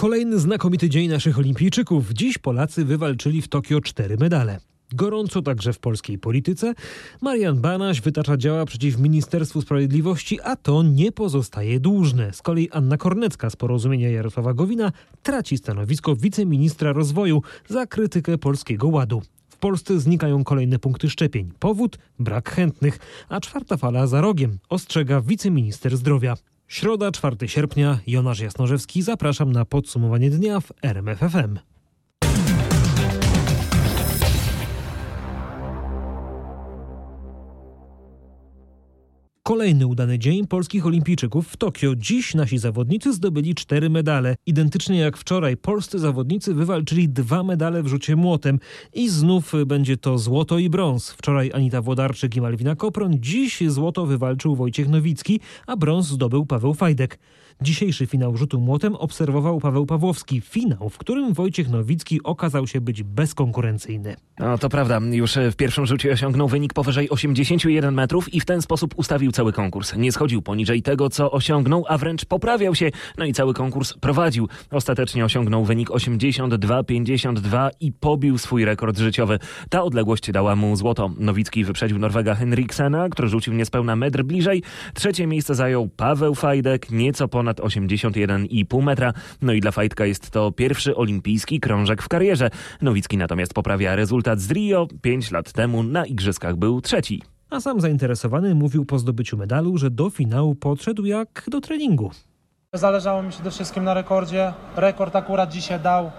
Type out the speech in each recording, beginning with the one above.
Kolejny znakomity dzień naszych olimpijczyków. Dziś Polacy wywalczyli w Tokio 4 medale. Gorąco także w polskiej polityce. Marian Banaś wytacza działa przeciw Ministerstwu Sprawiedliwości, a to nie pozostaje dłużne. Z kolei Anna Kornecka z Porozumienia Jarosława Gowina traci stanowisko wiceministra rozwoju za krytykę Polskiego Ładu. W Polsce znikają kolejne punkty szczepień. Powód? Brak chętnych, a czwarta fala za rogiem, ostrzega wiceminister zdrowia. Środa, 4 sierpnia, Jonasz Jasnorzewski. Zapraszam na podsumowanie dnia w RMF FM. Kolejny udany dzień polskich olimpijczyków w Tokio. Dziś nasi zawodnicy zdobyli 4 medale. Identycznie jak wczoraj polscy zawodnicy wywalczyli 2 medale w rzucie młotem. I znów będzie to złoto i brąz. Wczoraj Anita Włodarczyk i Malwina Koproń. Dziś złoto wywalczył Wojciech Nowicki, a brąz zdobył Paweł Fajdek. Dzisiejszy finał rzutu młotem obserwował Paweł Pawłowski. Finał, w którym Wojciech Nowicki okazał się być bezkonkurencyjny. No to prawda, już w pierwszym rzucie osiągnął wynik powyżej 81 metrów i w ten sposób ustawił cały konkurs. Nie schodził poniżej tego, co osiągnął, a wręcz poprawiał się. No i cały konkurs prowadził. Ostatecznie osiągnął wynik 82,52 i pobił swój rekord życiowy. Ta odległość dała mu złoto. Nowicki wyprzedził Norwega Henriksena, który rzucił niespełna metr bliżej. Trzecie miejsce zajął Paweł Fajdek, nieco ponad 81,5 metra. No i dla Fajdka jest to pierwszy olimpijski krążek w karierze. Nowicki natomiast poprawia rezultat z Rio. 5 lat temu na igrzyskach był trzeci. A sam zainteresowany mówił po zdobyciu medalu, że do finału podszedł jak do treningu. Zależało mi przede wszystkim na rekordzie. Rekord akurat dzisiaj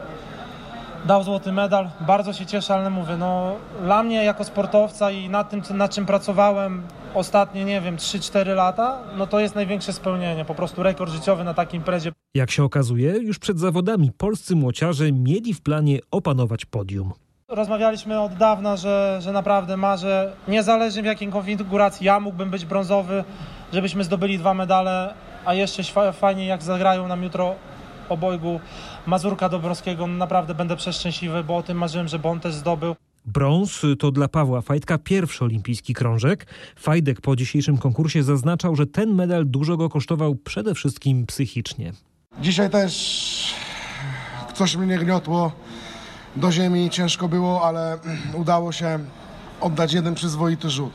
dał złoty medal. Bardzo się cieszę, ale mówię, dla mnie jako sportowca i nad tym, nad czym pracowałem ostatnie, 3-4 lata, to jest największe spełnienie. Po prostu rekord życiowy na takiej imprezie. Jak się okazuje, już przed zawodami polscy młociarze mieli w planie opanować podium. Rozmawialiśmy od dawna, że naprawdę marzę, niezależnie w jakiej konfiguracji ja mógłbym być brązowy, żebyśmy zdobyli 2 medale, a jeszcze fajnie jak zagrają nam jutro obojgu Mazurka Dąbrowskiego, naprawdę będę przeszczęśliwy, bo o tym marzyłem, żeby on też zdobył. Brąz to dla Pawła Fajdka pierwszy olimpijski krążek. Fajdek po dzisiejszym konkursie zaznaczał, że ten medal dużo go kosztował przede wszystkim psychicznie. Dzisiaj też coś mnie gniotło do ziemi, ciężko było, ale udało się oddać jeden przyzwoity rzut.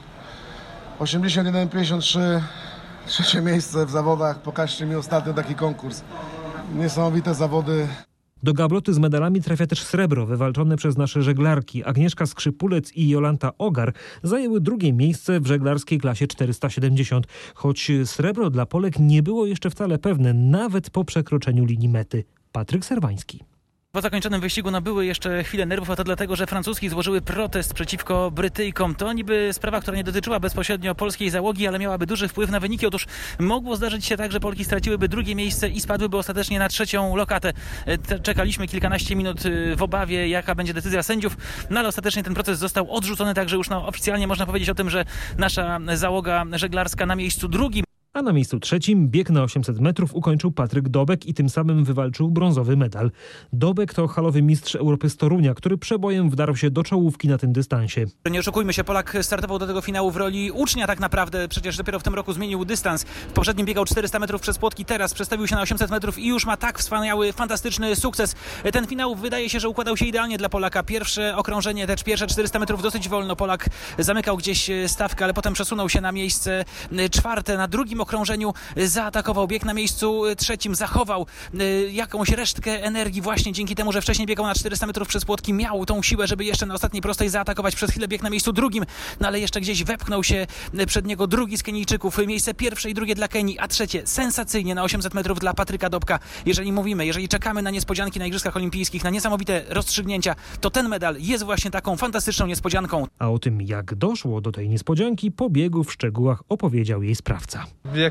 81,53, trzecie miejsce w zawodach. Pokażcie mi ostatnio taki konkurs. Niesamowite zawody. Do gabloty z medalami trafia też srebro wywalczone przez nasze żeglarki. Agnieszka Skrzypulec i Jolanta Ogar zajęły drugie miejsce w żeglarskiej klasie 470. Choć srebro dla Polek nie było jeszcze wcale pewne, nawet po przekroczeniu linii mety. Patryk Serwański. Po zakończonym wyścigu były jeszcze chwile nerwów, a to dlatego, że Francuski złożyły protest przeciwko Brytyjkom. To niby sprawa, która nie dotyczyła bezpośrednio polskiej załogi, ale miałaby duży wpływ na wyniki. Otóż mogło zdarzyć się tak, że Polki straciłyby drugie miejsce i spadłyby ostatecznie na trzecią lokatę. Czekaliśmy kilkanaście minut w obawie, jaka będzie decyzja sędziów, ale ostatecznie ten proces został odrzucony, także już oficjalnie można powiedzieć o tym, że nasza załoga żeglarska na miejscu drugim. A na miejscu trzecim bieg na 800 metrów ukończył Patryk Dobek i tym samym wywalczył brązowy medal. Dobek to halowy mistrz Europy z Torunia, który przebojem wdarł się do czołówki na tym dystansie. Nie oszukujmy się, Polak startował do tego finału w roli ucznia tak naprawdę. Przecież dopiero w tym roku zmienił dystans. W poprzednim biegał 400 metrów przez płotki, teraz przestawił się na 800 metrów i już ma tak wspaniały, fantastyczny sukces. Ten finał wydaje się, że układał się idealnie dla Polaka. Pierwsze okrążenie, też pierwsze 400 metrów dosyć wolno. Polak zamykał gdzieś stawkę, ale potem przesunął się na miejsce czwarte. Na drugim okrążeniu zaatakował bieg na miejscu trzecim, zachował jakąś resztkę energii właśnie dzięki temu, że wcześniej biegał na 400 metrów przez płotki, miał tą siłę, żeby jeszcze na ostatniej prostej zaatakować. Przez chwilę bieg na miejscu drugim, ale jeszcze gdzieś wepchnął się przed niego drugi z Kenijczyków. Miejsce pierwsze i drugie dla Kenii, a trzecie sensacyjnie na 800 metrów dla Patryka Dobka. Jeżeli czekamy na niespodzianki na Igrzyskach Olimpijskich, na niesamowite rozstrzygnięcia, to ten medal jest właśnie taką fantastyczną niespodzianką. A o tym, jak doszło do tej niespodzianki, po biegu w szczegółach opowiedział jej sprawca. Bieg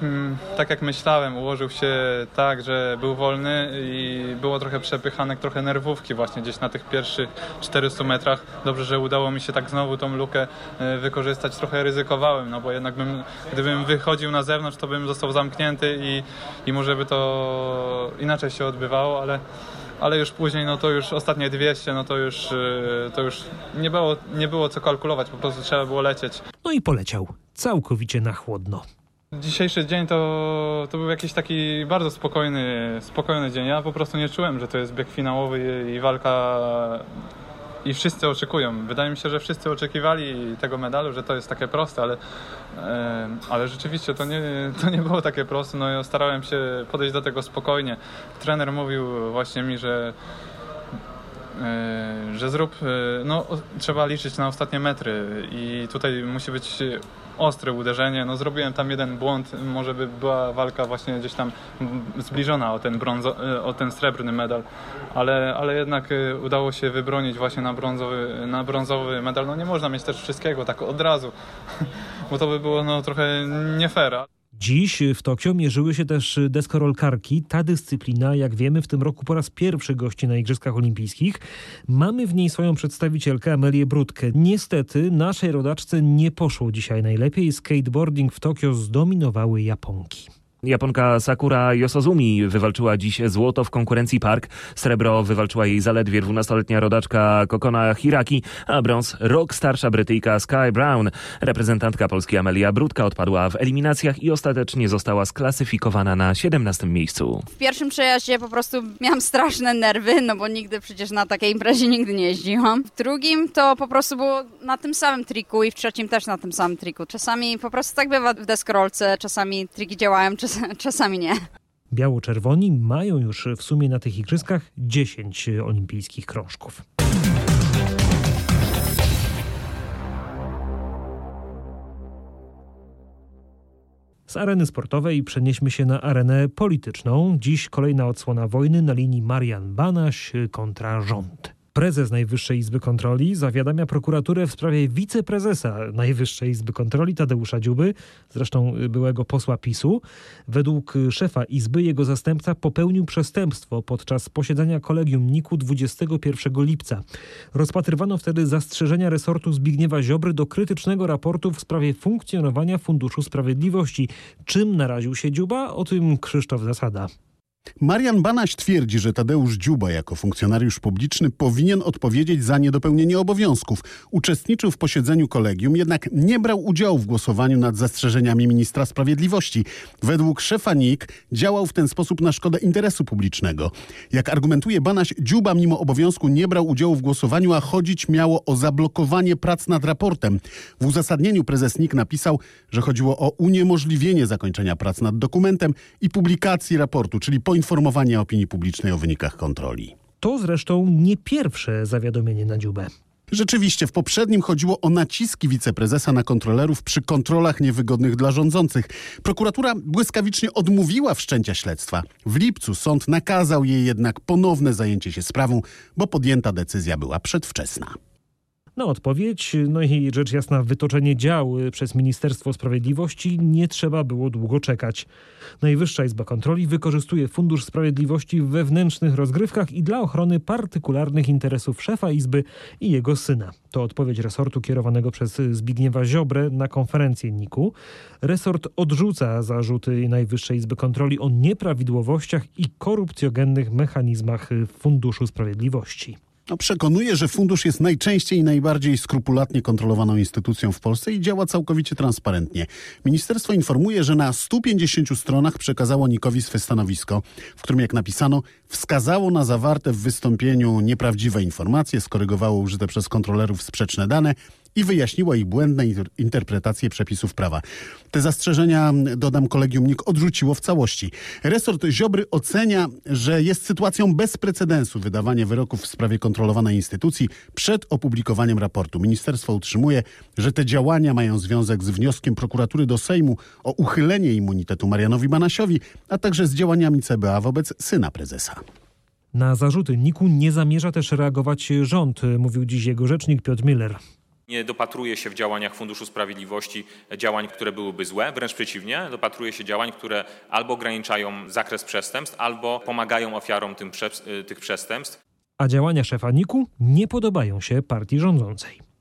tak jak myślałem, ułożył się tak, że był wolny i było trochę przepychanek, trochę nerwówki właśnie gdzieś na tych pierwszych 400 metrach. Dobrze, że udało mi się tak znowu tą lukę wykorzystać. Trochę ryzykowałem, bo jednak gdybym wychodził na zewnątrz, to bym został zamknięty i może by to inaczej się odbywało, ale już później, to już ostatnie 200, to już nie było co kalkulować, po prostu trzeba było lecieć. No i poleciał całkowicie na chłodno. Dzisiejszy dzień to był jakiś taki bardzo spokojny dzień. Ja po prostu nie czułem, że to jest bieg finałowy i walka i wszyscy oczekują. Wydaje mi się, że wszyscy oczekiwali tego medalu, że to jest takie proste, ale rzeczywiście to nie było takie proste. No i starałem się podejść do tego spokojnie. Trener mówił właśnie mi, że trzeba liczyć na ostatnie metry i tutaj musi być ostre uderzenie. No zrobiłem tam jeden błąd, może by była walka właśnie gdzieś tam zbliżona o ten srebrny medal, ale jednak udało się wybronić właśnie na brązowy medal. No nie można mieć też wszystkiego tak od razu, bo to by było trochę nie fair. Dziś w Tokio mierzyły się też deskorolkarki. Ta dyscyplina, jak wiemy, w tym roku po raz pierwszy gości na Igrzyskach Olimpijskich. Mamy w niej swoją przedstawicielkę Amelię Brudkę. Niestety naszej rodaczce nie poszło dzisiaj najlepiej. Skateboarding w Tokio zdominowały Japonki. Japonka Sakura Yosozumi wywalczyła dziś złoto w konkurencji park. Srebro wywalczyła jej zaledwie 12-letnia rodaczka Kokona Hiraki, a brąz rok starsza Brytyjka Sky Brown. Reprezentantka Polski Amelia Brudka odpadła w eliminacjach i ostatecznie została sklasyfikowana na 17. miejscu. W pierwszym przejaździe po prostu miałam straszne nerwy, no bo nigdy przecież na takiej imprezie nigdy nie jeździłam. W drugim to po prostu było na tym samym triku i w trzecim też na tym samym triku. Czasami po prostu tak bywa w deskorolce, czasami triki działają, czasami nie. Biało-czerwoni mają już w sumie na tych igrzyskach 10 olimpijskich krążków. Z areny sportowej przenieśmy się na arenę polityczną. Dziś kolejna odsłona wojny na linii Marian Banaś kontra rząd. Prezes Najwyższej Izby Kontroli zawiadamia prokuraturę w sprawie wiceprezesa Najwyższej Izby Kontroli Tadeusza Dziuby, zresztą byłego posła PiS-u. Według szefa Izby jego zastępca popełnił przestępstwo podczas posiedzenia kolegium NIK-u 21 lipca. Rozpatrywano wtedy zastrzeżenia resortu Zbigniewa Ziobry do krytycznego raportu w sprawie funkcjonowania Funduszu Sprawiedliwości. Czym naraził się Dziuba? O tym Krzysztof Zasada. Marian Banaś twierdzi, że Tadeusz Dziuba jako funkcjonariusz publiczny powinien odpowiedzieć za niedopełnienie obowiązków. Uczestniczył w posiedzeniu kolegium, jednak nie brał udziału w głosowaniu nad zastrzeżeniami ministra sprawiedliwości. Według szefa NIK działał w ten sposób na szkodę interesu publicznego. Jak argumentuje Banaś, Dziuba mimo obowiązku nie brał udziału w głosowaniu, a chodzić miało o zablokowanie prac nad raportem. W uzasadnieniu prezes NIK napisał, że chodziło o uniemożliwienie zakończenia prac nad dokumentem i publikacji raportu, czyli poinformowanie opinii publicznej o wynikach kontroli. To zresztą nie pierwsze zawiadomienie na Dziubę. Rzeczywiście, w poprzednim chodziło o naciski wiceprezesa na kontrolerów przy kontrolach niewygodnych dla rządzących. Prokuratura błyskawicznie odmówiła wszczęcia śledztwa. W lipcu sąd nakazał jej jednak ponowne zajęcie się sprawą, bo podjęta decyzja była przedwczesna. Na odpowiedź, i rzecz jasna wytoczenie dział przez Ministerstwo Sprawiedliwości nie trzeba było długo czekać. Najwyższa Izba Kontroli wykorzystuje Fundusz Sprawiedliwości w wewnętrznych rozgrywkach i dla ochrony partykularnych interesów szefa Izby i jego syna. To odpowiedź resortu kierowanego przez Zbigniewa Ziobrę na konferencję NIK-u. Resort odrzuca zarzuty Najwyższej Izby Kontroli o nieprawidłowościach i korupcjogennych mechanizmach Funduszu Sprawiedliwości. Przekonuje, że fundusz jest najczęściej i najbardziej skrupulatnie kontrolowaną instytucją w Polsce i działa całkowicie transparentnie. Ministerstwo informuje, że na 150 stronach przekazało NIK-owi swe stanowisko, w którym, jak napisano, wskazało na zawarte w wystąpieniu nieprawdziwe informacje, skorygowało użyte przez kontrolerów sprzeczne dane i wyjaśniła ich błędne interpretacje przepisów prawa. Te zastrzeżenia, dodam, kolegium NIK odrzuciło w całości. Resort Ziobry ocenia, że jest sytuacją bez precedensu wydawanie wyroków w sprawie kontrolowanej instytucji przed opublikowaniem raportu. Ministerstwo utrzymuje, że te działania mają związek z wnioskiem prokuratury do Sejmu o uchylenie immunitetu Marianowi Banasiowi, a także z działaniami CBA wobec syna prezesa. Na zarzuty NIK-u nie zamierza też reagować rząd, mówił dziś jego rzecznik Piotr Miller. Nie dopatruje się w działaniach Funduszu Sprawiedliwości działań, które byłyby złe, wręcz przeciwnie, dopatruje się działań, które albo ograniczają zakres przestępstw, albo pomagają ofiarom tych przestępstw. A działania szefa NIK-u nie podobają się partii rządzącej.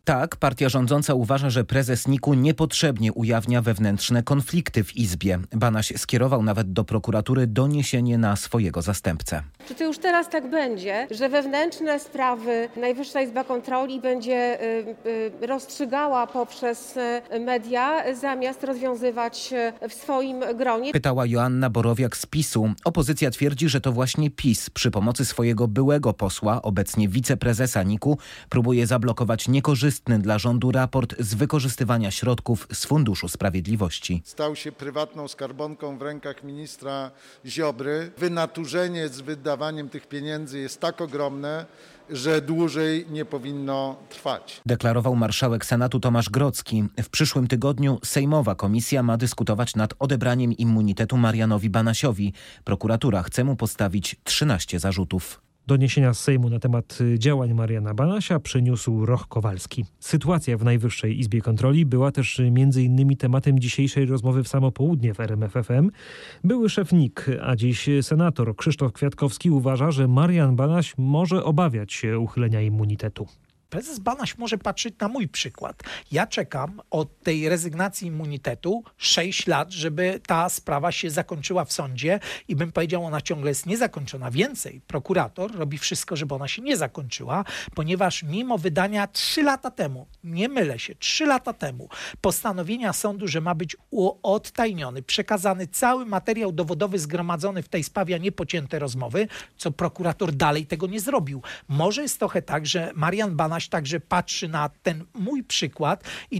Tak, partia rządząca uważa, że prezes NIK-u niepotrzebnie ujawnia wewnętrzne konflikty w Izbie. Banaś skierował nawet do prokuratury doniesienie na swojego zastępcę. Czy to już teraz tak będzie, że wewnętrzne sprawy Najwyższa Izba Kontroli będzie rozstrzygała poprzez media, zamiast rozwiązywać w swoim gronie? Pytała Joanna Borowiak z PiS-u. Opozycja twierdzi, że to właśnie PiS przy pomocy swojego byłego posła, obecnie wiceprezesa NIK-u, próbuje zablokować niekorzystny dla rządu raport z wykorzystywania środków z Funduszu Sprawiedliwości. Stał się prywatną skarbonką w rękach ministra Ziobry. Wynaturzenie z wydawaniem tych pieniędzy jest tak ogromne, że dłużej nie powinno trwać. Deklarował marszałek Senatu Tomasz Grodzki. W przyszłym tygodniu sejmowa komisja ma dyskutować nad odebraniem immunitetu Marianowi Banasiowi. Prokuratura chce mu postawić 13 zarzutów. Doniesienia z Sejmu na temat działań Mariana Banasia przyniósł Roch Kowalski. Sytuacja w Najwyższej Izbie Kontroli była też m.in. tematem dzisiejszej rozmowy w samo południe w RMF FM. Były szef NIK, a dziś senator Krzysztof Kwiatkowski uważa, że Marian Banaś może obawiać się uchylenia immunitetu. Prezes Banaś może patrzeć na mój przykład. Ja czekam od tej rezygnacji immunitetu 6 lat, żeby ta sprawa się zakończyła w sądzie i bym powiedział, ona ciągle jest niezakończona. Więcej, prokurator robi wszystko, żeby ona się nie zakończyła, ponieważ mimo wydania 3 lata temu, nie mylę się, 3 lata temu, postanowienia sądu, że ma być odtajniony, przekazany cały materiał dowodowy zgromadzony w tej sprawie, a nie pocięte rozmowy, co prokurator dalej tego nie zrobił. Może jest trochę tak, że Marian Banaś także patrzy na ten mój przykład i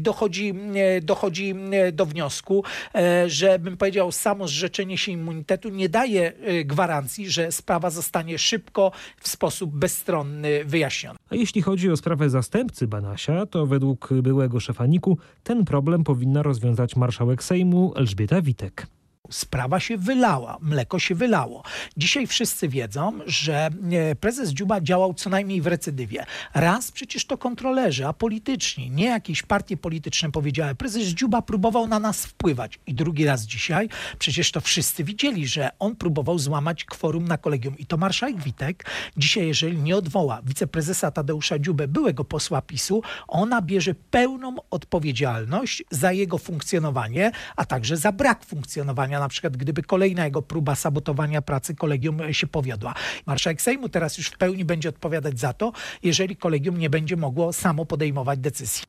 dochodzi do wniosku, że bym powiedział, samo zrzeczenie się immunitetu nie daje gwarancji, że sprawa zostanie szybko, w sposób bezstronny wyjaśniona. A jeśli chodzi o sprawę zastępcy Banasia, to według byłego szefa NIK-u ten problem powinna rozwiązać marszałek Sejmu Elżbieta Witek. Sprawa się wylała, mleko się wylało. Dzisiaj wszyscy wiedzą, że prezes Dziuba działał co najmniej w recydywie. Raz przecież to kontrolerzy apolityczni, nie jakieś partie polityczne powiedziały, prezes Dziuba próbował na nas wpływać. I drugi raz dzisiaj przecież to wszyscy widzieli, że on próbował złamać kworum na kolegium. I to marszałek Witek dzisiaj, jeżeli nie odwoła wiceprezesa Tadeusza Dziubę, byłego posła PiS-u, ona bierze pełną odpowiedzialność za jego funkcjonowanie, a także za brak funkcjonowania, na przykład gdyby kolejna jego próba sabotowania pracy kolegium się powiodła. Marszałek Sejmu teraz już w pełni będzie odpowiadać za to, jeżeli kolegium nie będzie mogło samo podejmować decyzji.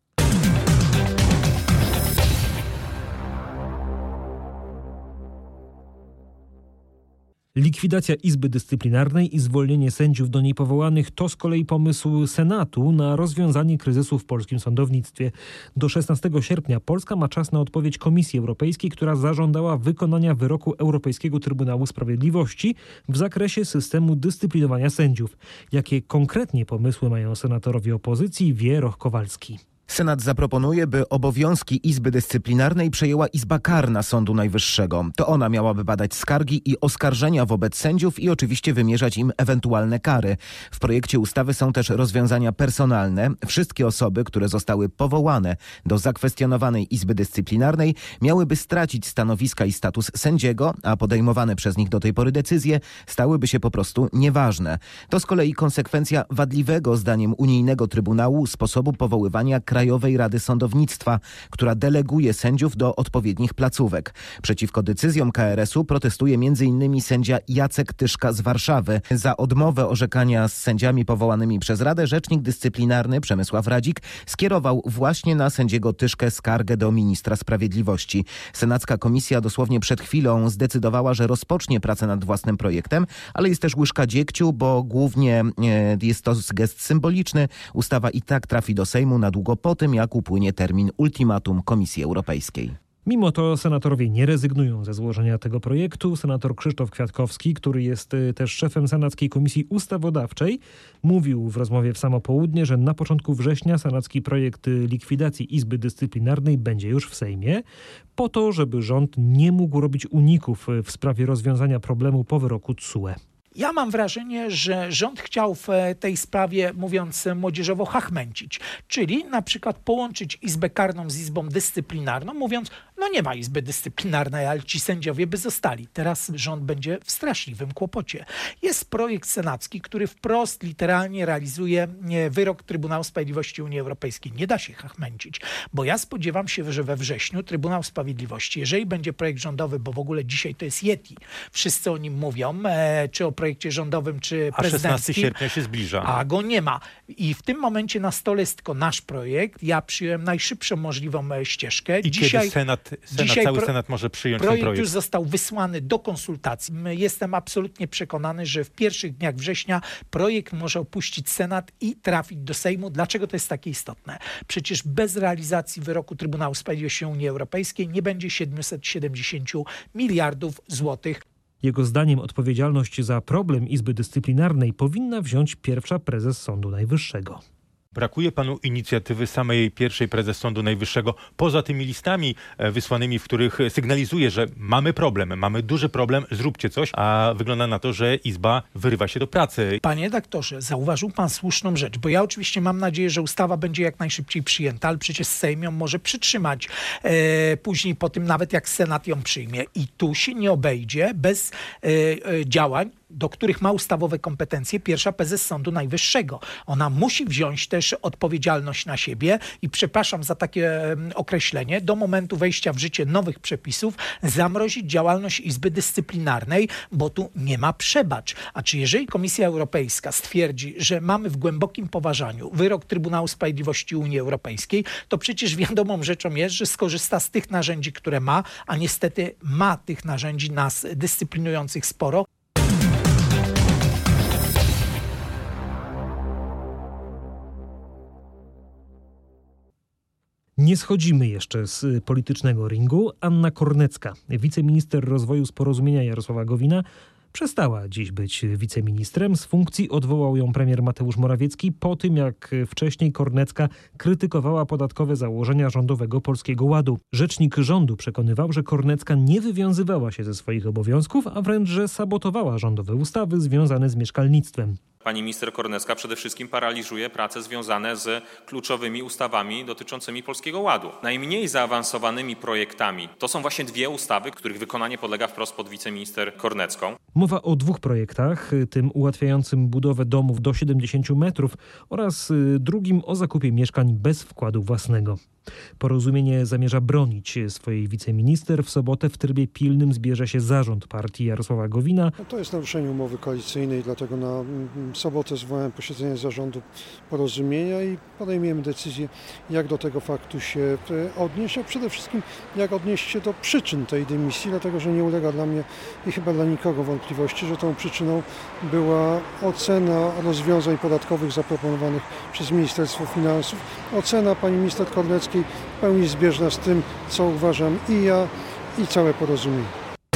Likwidacja Izby Dyscyplinarnej i zwolnienie sędziów do niej powołanych to z kolei pomysł Senatu na rozwiązanie kryzysu w polskim sądownictwie. Do 16 sierpnia Polska ma czas na odpowiedź Komisji Europejskiej, która zażądała wykonania wyroku Europejskiego Trybunału Sprawiedliwości w zakresie systemu dyscyplinowania sędziów. Jakie konkretnie pomysły mają senatorowie opozycji, wie Roch Kowalski. Senat zaproponuje, by obowiązki Izby Dyscyplinarnej przejęła Izba Karna Sądu Najwyższego. To ona miałaby badać skargi i oskarżenia wobec sędziów i oczywiście wymierzać im ewentualne kary. W projekcie ustawy są też rozwiązania personalne. Wszystkie osoby, które zostały powołane do zakwestionowanej Izby Dyscyplinarnej, miałyby stracić stanowiska i status sędziego, a podejmowane przez nich do tej pory decyzje stałyby się po prostu nieważne. To z kolei konsekwencja wadliwego, zdaniem Unijnego Trybunału, sposobu powoływania Krajowej Rady Sądownictwa, która deleguje sędziów do odpowiednich placówek. Przeciwko decyzjom KRS-u protestuje m.in. sędzia Jacek Tyszka z Warszawy. Za odmowę orzekania z sędziami powołanymi przez Radę rzecznik dyscyplinarny Przemysław Radzik skierował właśnie na sędziego Tyszkę skargę do ministra sprawiedliwości. Senacka komisja dosłownie przed chwilą zdecydowała, że rozpocznie pracę nad własnym projektem, ale jest też łyżka dziegciu, bo głównie jest to gest symboliczny. Ustawa i tak trafi do Sejmu na długo po tym, jak upłynie termin ultimatum Komisji Europejskiej. Mimo to senatorowie nie rezygnują ze złożenia tego projektu. Senator Krzysztof Kwiatkowski, który jest też szefem Senackiej Komisji Ustawodawczej, mówił w rozmowie w samo południe, że na początku września senacki projekt likwidacji Izby Dyscyplinarnej będzie już w Sejmie, po to, żeby rząd nie mógł robić uników w sprawie rozwiązania problemu po wyroku TSUE. Ja mam wrażenie, że rząd chciał w tej sprawie, mówiąc młodzieżowo, chachmęcić. Czyli na przykład połączyć Izbę Karną z Izbą Dyscyplinarną, mówiąc, no nie ma Izby Dyscyplinarnej, ale ci sędziowie by zostali. Teraz rząd będzie w straszliwym kłopocie. Jest projekt senacki, który wprost literalnie realizuje wyrok Trybunału Sprawiedliwości Unii Europejskiej. Nie da się chachmęcić, bo ja spodziewam się, że we wrześniu Trybunał Sprawiedliwości, jeżeli będzie projekt rządowy, bo w ogóle dzisiaj to jest Yeti, wszyscy o nim mówią, czy o projekcie rządowym, czy prezydenckim. A 16 sierpnia się zbliża. A go nie ma. I w tym momencie na stole jest tylko nasz projekt. Ja przyjąłem najszybszą możliwą ścieżkę. I dzisiaj, kiedy cały Senat może przyjąć ten projekt? Już został wysłany do konsultacji. Jestem absolutnie przekonany, że w pierwszych dniach września projekt może opuścić Senat i trafić do Sejmu. Dlaczego to jest takie istotne? Przecież bez realizacji wyroku Trybunału Sprawiedliwości Unii Europejskiej nie będzie 770 miliardów złotych. Jego zdaniem odpowiedzialność za problem Izby Dyscyplinarnej powinna wziąć pierwsza prezes Sądu Najwyższego. Brakuje panu inicjatywy samej pierwszej prezes Sądu Najwyższego, poza tymi listami wysłanymi, w których sygnalizuje, że mamy problem, mamy duży problem, zróbcie coś, a wygląda na to, że Izba wyrywa się do pracy. Panie redaktorze, zauważył pan słuszną rzecz, bo ja oczywiście mam nadzieję, że ustawa będzie jak najszybciej przyjęta, ale przecież Sejm ją może przytrzymać później po tym, nawet jak Senat ją przyjmie. I tu się nie obejdzie bez działań, do których ma ustawowe kompetencje pierwsza prezes Sądu Najwyższego. Ona musi wziąć też odpowiedzialność na siebie i przepraszam za takie określenie, do momentu wejścia w życie nowych przepisów zamrozić działalność Izby Dyscyplinarnej, bo tu nie ma przebacz. A czy jeżeli Komisja Europejska stwierdzi, że mamy w głębokim poważaniu wyrok Trybunału Sprawiedliwości Unii Europejskiej, to przecież wiadomą rzeczą jest, że skorzysta z tych narzędzi, które ma, a niestety ma tych narzędzi nas dyscyplinujących sporo. Nie schodzimy jeszcze z politycznego ringu. Anna Kornecka, wiceminister rozwoju z Porozumienia Jarosława Gowina, przestała dziś być wiceministrem. Z funkcji odwołał ją premier Mateusz Morawiecki po tym, jak wcześniej Kornecka krytykowała podatkowe założenia rządowego Polskiego Ładu. Rzecznik rządu przekonywał, że Kornecka nie wywiązywała się ze swoich obowiązków, a wręcz, że sabotowała rządowe ustawy związane z mieszkalnictwem. Pani minister Kornecka przede wszystkim paraliżuje prace związane z kluczowymi ustawami dotyczącymi Polskiego Ładu. Najmniej zaawansowanymi projektami to są właśnie dwie ustawy, których wykonanie podlega wprost pod wiceminister Kornecką. Mowa o dwóch projektach, tym ułatwiającym budowę domów do 70 metrów oraz drugim o zakupie mieszkań bez wkładu własnego. Porozumienie zamierza bronić swojej wiceminister. W sobotę w trybie pilnym zbierze się zarząd partii Jarosława Gowina. To jest naruszenie umowy koalicyjnej, dlatego na sobotę zwołałem posiedzenie zarządu Porozumienia i podejmiemy decyzję, jak do tego faktu się odnieść, a przede wszystkim jak odnieść się do przyczyn tej dymisji, dlatego że nie ulega dla mnie i chyba dla nikogo wątpliwości, że tą przyczyną była ocena rozwiązań podatkowych zaproponowanych przez Ministerstwo Finansów. Ocena pani minister Korneckiej w pełni zbieżna z tym, co uważam i ja, i całe Porozumienie.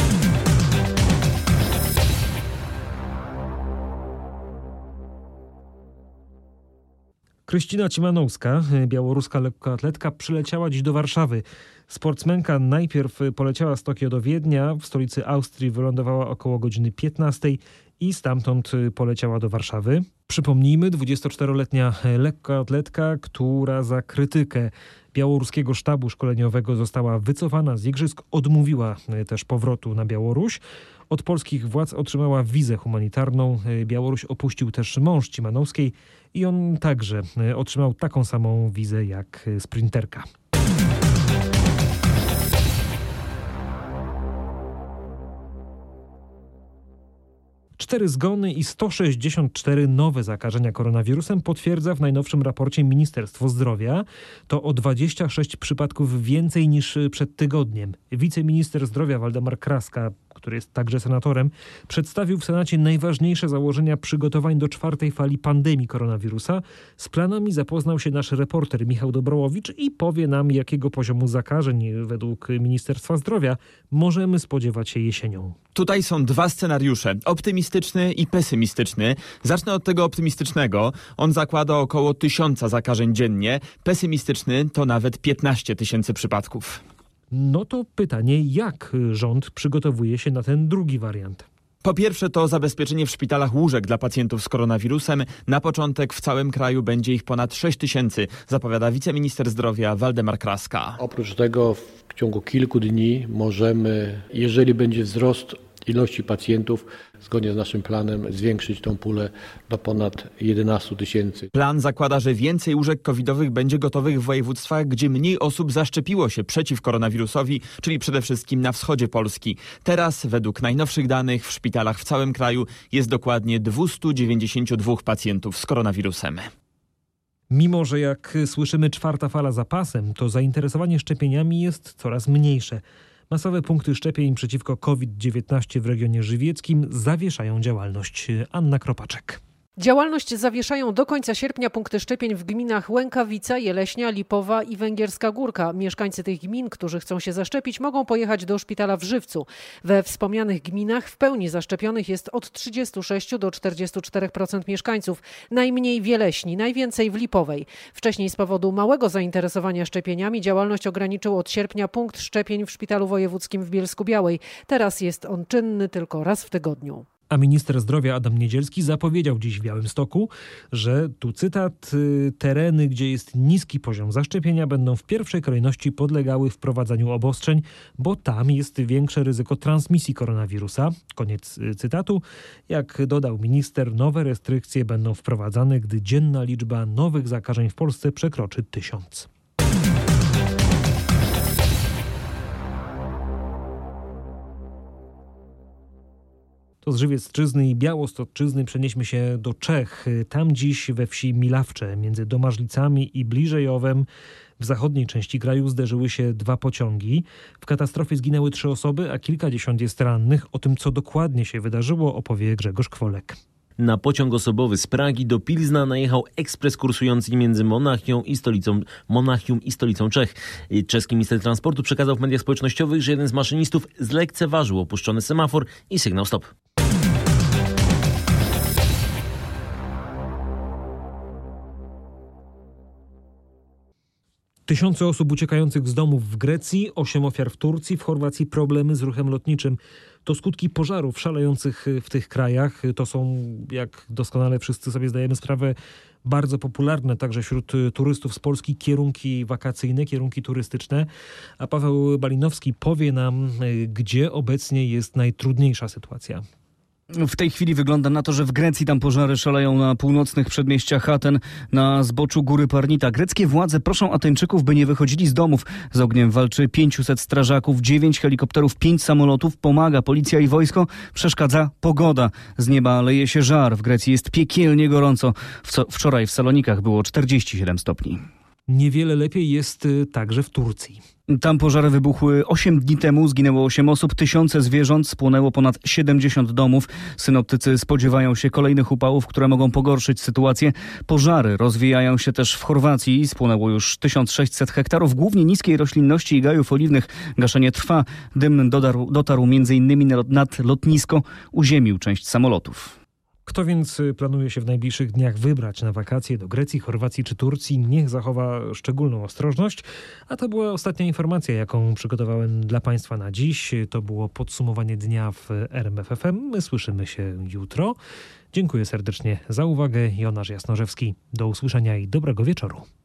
Krystyna Cimanowska, białoruska lekkoatletka, przyleciała dziś do Warszawy. Sportsmenka najpierw poleciała z Tokio do Wiednia, w stolicy Austrii wylądowała około godziny 15 i stamtąd poleciała do Warszawy. Przypomnijmy, 24-letnia lekkoatletka, która za krytykę białoruskiego sztabu szkoleniowego została wycofana z igrzysk, odmówiła też powrotu na Białoruś. Od polskich władz otrzymała wizę humanitarną. Białoruś opuścił też mąż Cimanowskiej i on także otrzymał taką samą wizę jak sprinterka. Cztery zgony i 164 nowe zakażenia koronawirusem potwierdza w najnowszym raporcie Ministerstwo Zdrowia. To o 26 przypadków więcej niż przed tygodniem. Wiceminister zdrowia Waldemar Kraska, który jest także senatorem, przedstawił w Senacie najważniejsze założenia przygotowań do czwartej fali pandemii koronawirusa. Z planami zapoznał się nasz reporter Michał Dobrołowicz i powie nam, jakiego poziomu zakażeń według Ministerstwa Zdrowia możemy spodziewać się jesienią. Tutaj są dwa scenariusze, optymistyczny i pesymistyczny. Zacznę od tego optymistycznego. On zakłada około 1000 zakażeń dziennie. Pesymistyczny to nawet 15 000 przypadków. No to pytanie, jak rząd przygotowuje się na ten drugi wariant? Po pierwsze to zabezpieczenie w szpitalach łóżek dla pacjentów z koronawirusem. Na początek w całym kraju będzie ich ponad 6 000, zapowiada wiceminister zdrowia Waldemar Kraska. Oprócz tego w ciągu kilku dni możemy, jeżeli będzie wzrost ilości pacjentów, zgodnie z naszym planem zwiększyć tą pulę do ponad 11 000. Plan zakłada, że więcej łóżek covidowych będzie gotowych w województwach, gdzie mniej osób zaszczepiło się przeciw koronawirusowi, czyli przede wszystkim na wschodzie Polski. Teraz, według najnowszych danych, w szpitalach w całym kraju jest dokładnie 292 pacjentów z koronawirusem. Mimo że jak słyszymy 4. fala za pasem, to zainteresowanie szczepieniami jest coraz mniejsze. Masowe punkty szczepień przeciwko COVID-19 w regionie żywieckim zawieszają działalność. Anna Kropaczek. Działalność zawieszają do końca sierpnia punkty szczepień w gminach Łękawica, Jeleśnia, Lipowa i Węgierska Górka. Mieszkańcy tych gmin, którzy chcą się zaszczepić, mogą pojechać do szpitala w Żywcu. We wspomnianych gminach w pełni zaszczepionych jest od 36 do 44% mieszkańców. Najmniej w Jeleśni, najwięcej w Lipowej. Wcześniej z powodu małego zainteresowania szczepieniami działalność ograniczył od sierpnia punkt szczepień w Szpitalu Wojewódzkim w Bielsku-Białej. Teraz jest on czynny tylko raz w tygodniu. A minister zdrowia Adam Niedzielski zapowiedział dziś w Białymstoku, że, tu cytat, tereny, gdzie jest niski poziom zaszczepienia, będą w pierwszej kolejności podlegały wprowadzaniu obostrzeń, bo tam jest większe ryzyko transmisji koronawirusa. Koniec cytatu. Jak dodał minister, nowe restrykcje będą wprowadzane, gdy dzienna liczba nowych zakażeń w Polsce przekroczy 1000. To z Żywiecczyzny i Białostocczyzny przenieśmy się do Czech. Tam dziś we wsi Milawcze między Domażlicami i Bliżejowem w zachodniej części kraju zderzyły się 2 pociągi. W katastrofie zginęły 3 osoby, a kilkadziesiąt jest rannych. O tym, co dokładnie się wydarzyło, opowie Grzegorz Kwolek. Na pociąg osobowy z Pragi do Pilzna najechał ekspres kursujący między Monachium i stolicą Czech. Czeski minister transportu przekazał w mediach społecznościowych, że jeden z maszynistów zlekceważył opuszczony semafor i sygnał stop. Tysiące osób uciekających z domów w Grecji, 8 ofiar w Turcji, w Chorwacji problemy z ruchem lotniczym. To skutki pożarów szalejących w tych krajach. To są, jak doskonale wszyscy sobie zdajemy sprawę, bardzo popularne także wśród turystów z Polski kierunki wakacyjne, kierunki turystyczne. A Paweł Balinowski powie nam, gdzie obecnie jest najtrudniejsza sytuacja. W tej chwili wygląda na to, że w Grecji tam pożary szaleją na północnych przedmieściach Aten, na zboczu Góry Parnita. Greckie władze proszą Ateńczyków, by nie wychodzili z domów. Z ogniem walczy 500 strażaków, 9 helikopterów, 5 samolotów. Pomaga policja i wojsko, przeszkadza pogoda. Z nieba leje się żar. W Grecji jest piekielnie gorąco. Wczoraj w Salonikach było 47 stopni. Niewiele lepiej jest także w Turcji. Tam pożary wybuchły 8 dni temu, zginęło 8 osób, tysiące zwierząt, spłonęło ponad 70 domów. Synoptycy spodziewają się kolejnych upałów, które mogą pogorszyć sytuację. Pożary rozwijają się też w Chorwacji. Spłonęło już 1600 hektarów, głównie niskiej roślinności i gajów oliwnych. Gaszenie trwa. Dym dotarł m.in. nad lotnisko, uziemił część samolotów. Kto więc planuje się w najbliższych dniach wybrać na wakacje do Grecji, Chorwacji czy Turcji, niech zachowa szczególną ostrożność. A to była ostatnia informacja, jaką przygotowałem dla Państwa na dziś. To było podsumowanie dnia w RMF FM. My słyszymy się jutro. Dziękuję serdecznie za uwagę. Jonasz Jasnorzewski. Do usłyszenia i dobrego wieczoru.